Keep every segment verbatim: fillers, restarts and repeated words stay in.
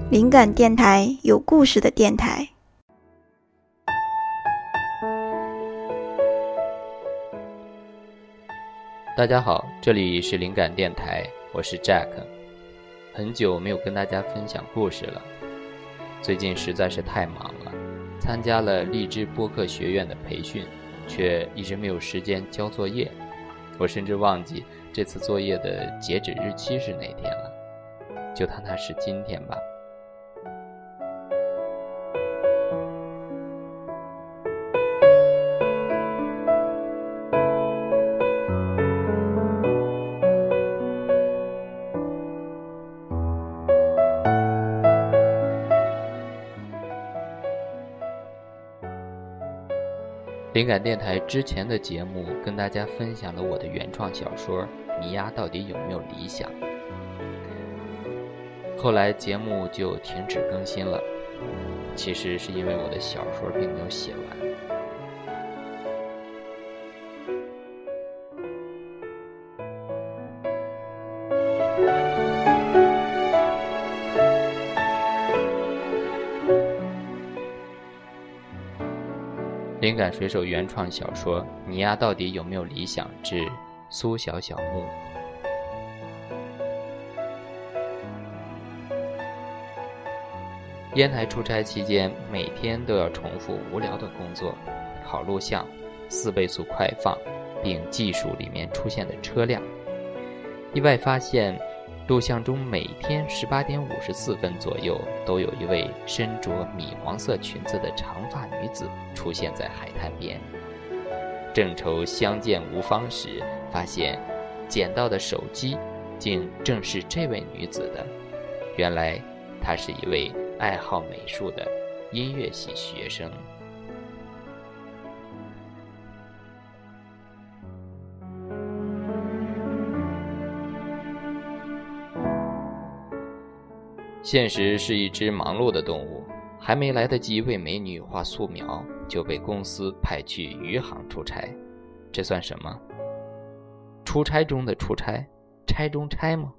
灵感电台，有故事的电台。 大家好，这里是灵感电台，我是 Jack。 很久没有跟大家分享故事了，最近实在是太忙了，参加了荔枝播客学院的培训，却一直没有时间交作业，我甚至忘记这次作业的截止日期是哪天了，就当它是今天吧。灵感电台之前的节目跟大家分享了我的原创小说《你呀到底有没有理想》，后来节目就停止更新了，其实是因为我的小说并没有写完。灵感水手原创小说《你呀到底有没有理想》之苏小小木。烟台出差期间，每天都要重复无聊的工作，好录像，四倍速快放，并计数里面出现的车辆。意外发现录像中每天十八点五十四分左右都有一位身着米黄色裙子的长发女子出现在海滩边。正愁相见无方时，发现捡到的手机竟正是这位女子的。原来她是一位爱好美术的音乐系学生。现实是一只忙碌的动物，还没来得及为美女画素描，就被公司派去余杭出差。这算什么？出差中的出差，差中差吗？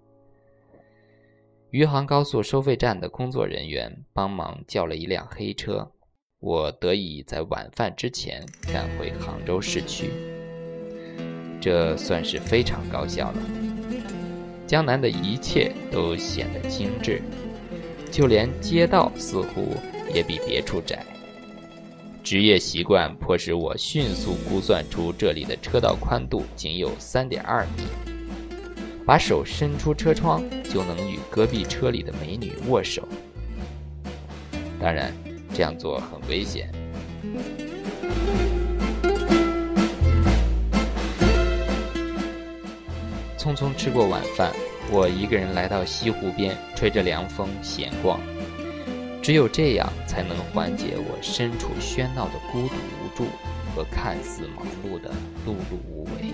余杭高速收费站的工作人员帮忙叫了一辆黑车，我得以在晚饭之前赶回杭州市区。这算是非常高效了。江南的一切都显得精致，就连街道似乎也比别处窄。职业习惯迫使我迅速估算出这里的车道宽度仅有 三点二米，把手伸出车窗就能与隔壁车里的美女握手。当然，这样做很危险。匆匆吃过晚饭，我一个人来到西湖边，吹着凉风闲逛。只有这样才能缓解我身处喧闹的孤独无助和看似忙碌的碌碌无为。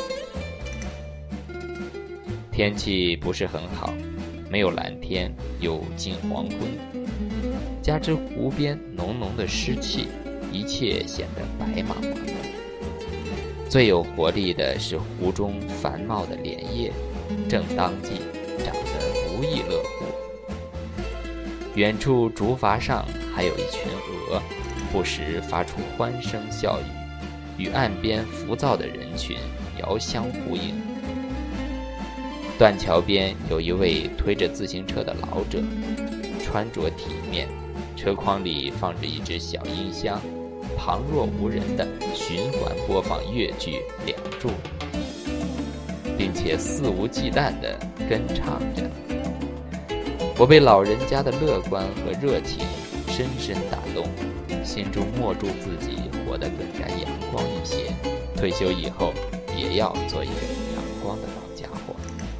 天气不是很好，没有蓝天，有近黄昏，加之湖边浓浓的湿气，一切显得白茫茫的。最有活力的是湖中繁茂的莲叶，正当季，长得不亦乐乎。远处竹筏上还有一群鹅，不时发出欢声笑语，与岸边浮躁的人群遥相呼应。断桥边有一位推着自行车的老者，穿着体面，车筐里放着一只小音箱，旁若无人地循环播放越剧《梁祝》，并且肆无忌惮地跟唱着。我被老人家的乐观和热情深深打动，心中默祝自己活得更加阳光一些，退休以后也要做一个阳光的老家伙。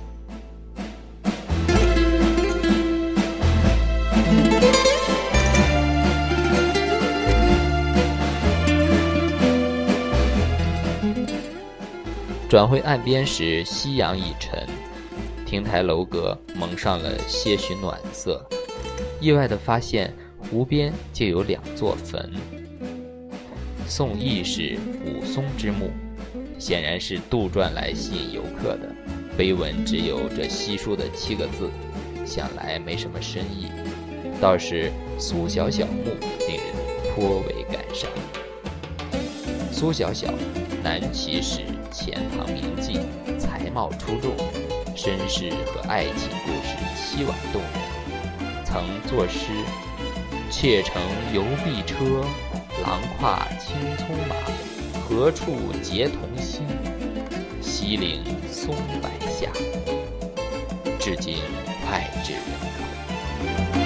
转回岸边时，夕阳已沉，亭台楼阁蒙上了些许暖色。意外地发现湖边就有两座坟。宋义是武松之墓，显然是杜撰来吸引游客的。碑文只有这稀疏的七个字，想来没什么深意。 倒是苏小小墓令人颇为感伤。苏小小，男起始，钱塘名妓，才貌出众，身世和爱情故事凄婉动人。曾作诗：妾乘游碧车，郎跨青葱马，何处结同心？西岭松柏下。至今脍炙人口。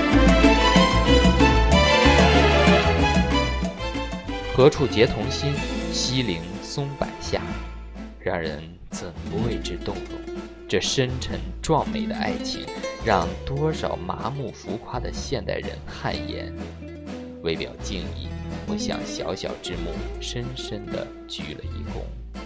何处结同心？西岭松柏下。让人怎不为之动容？这深沉壮美的爱情，让多少麻木浮夸的现代人汗颜。为表敬意，我向小小之墓深深地鞠了一躬。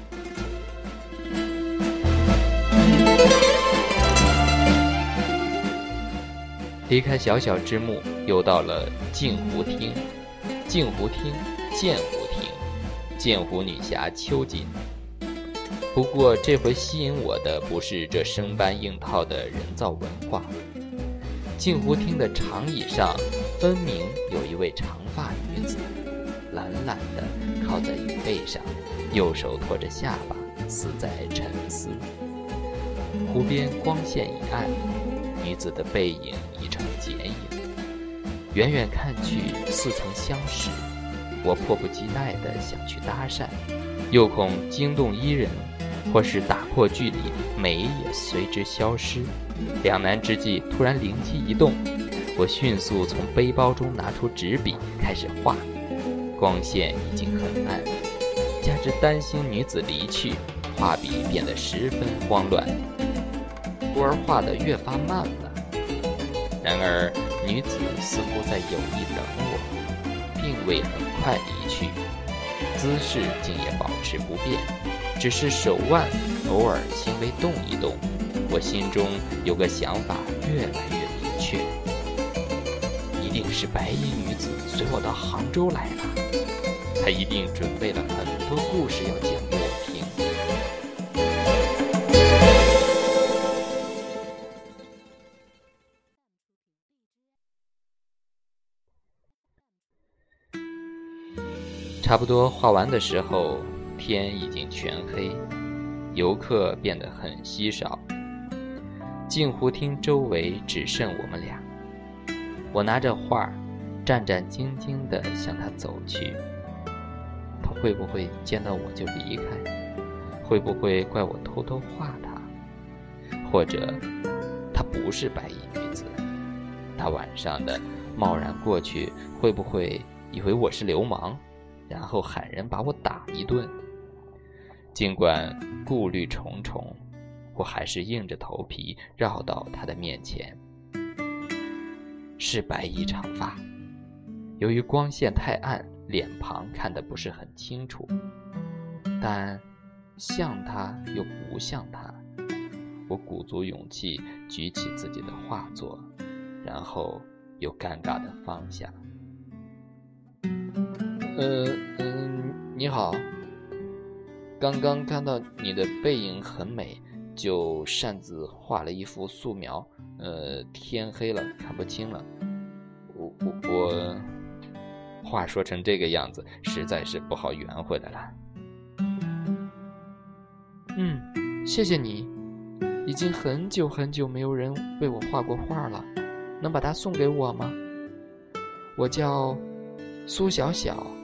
离开小小之墓，又到了镜湖厅。镜湖厅，鉴湖厅，鉴湖女侠秋瑾。不过这回吸引我的不是这生搬硬套的人造文化。镜湖厅的长椅上，分明有一位长发女子，懒懒地靠在椅背上，右手托着下巴，似在沉思。湖边光线已暗，女子的背影已成剪影，远远看去似曾相识。我迫不及待地想去搭讪，又恐惊动伊人，或是打破距离，美也随之消失。两难之际，突然灵机一动，我迅速从背包中拿出纸笔，开始画。光线已经很暗，加之担心女子离去，画笔变得十分慌乱，忽而画得越发慢了。然而女子似乎在有意等我，并未很快离去，姿势竟也保持不变，只是手腕偶尔轻微动一动。我心中有个想法越来越明确，一定是白衣女子随我到杭州来了，她一定准备了很多故事要讲给我听。差不多画完的时候，天已经全黑，游客变得很稀少。镜湖厅周围只剩我们俩。我拿着画，战战兢兢地向他走去。他会不会见到我就离开？会不会怪我偷偷画他？或者她不是白衣女子，大晚上的贸然过去，会不会以为我是流氓，然后喊人把我打一顿？尽管顾虑重重，我还是硬着头皮绕到他的面前。是白衣长发，由于光线太暗，脸庞看得不是很清楚，但像他又不像他。我鼓足勇气举起自己的画作，然后又尴尬地放下。呃嗯，你好，刚刚看到你的背影很美，就擅自画了一幅素描。呃，天黑了，看不清了。我我我，话说成这个样子，实在是不好圆回来了。嗯，谢谢你。已经很久很久没有人为我画过画了，能把它送给我吗？我叫苏小小。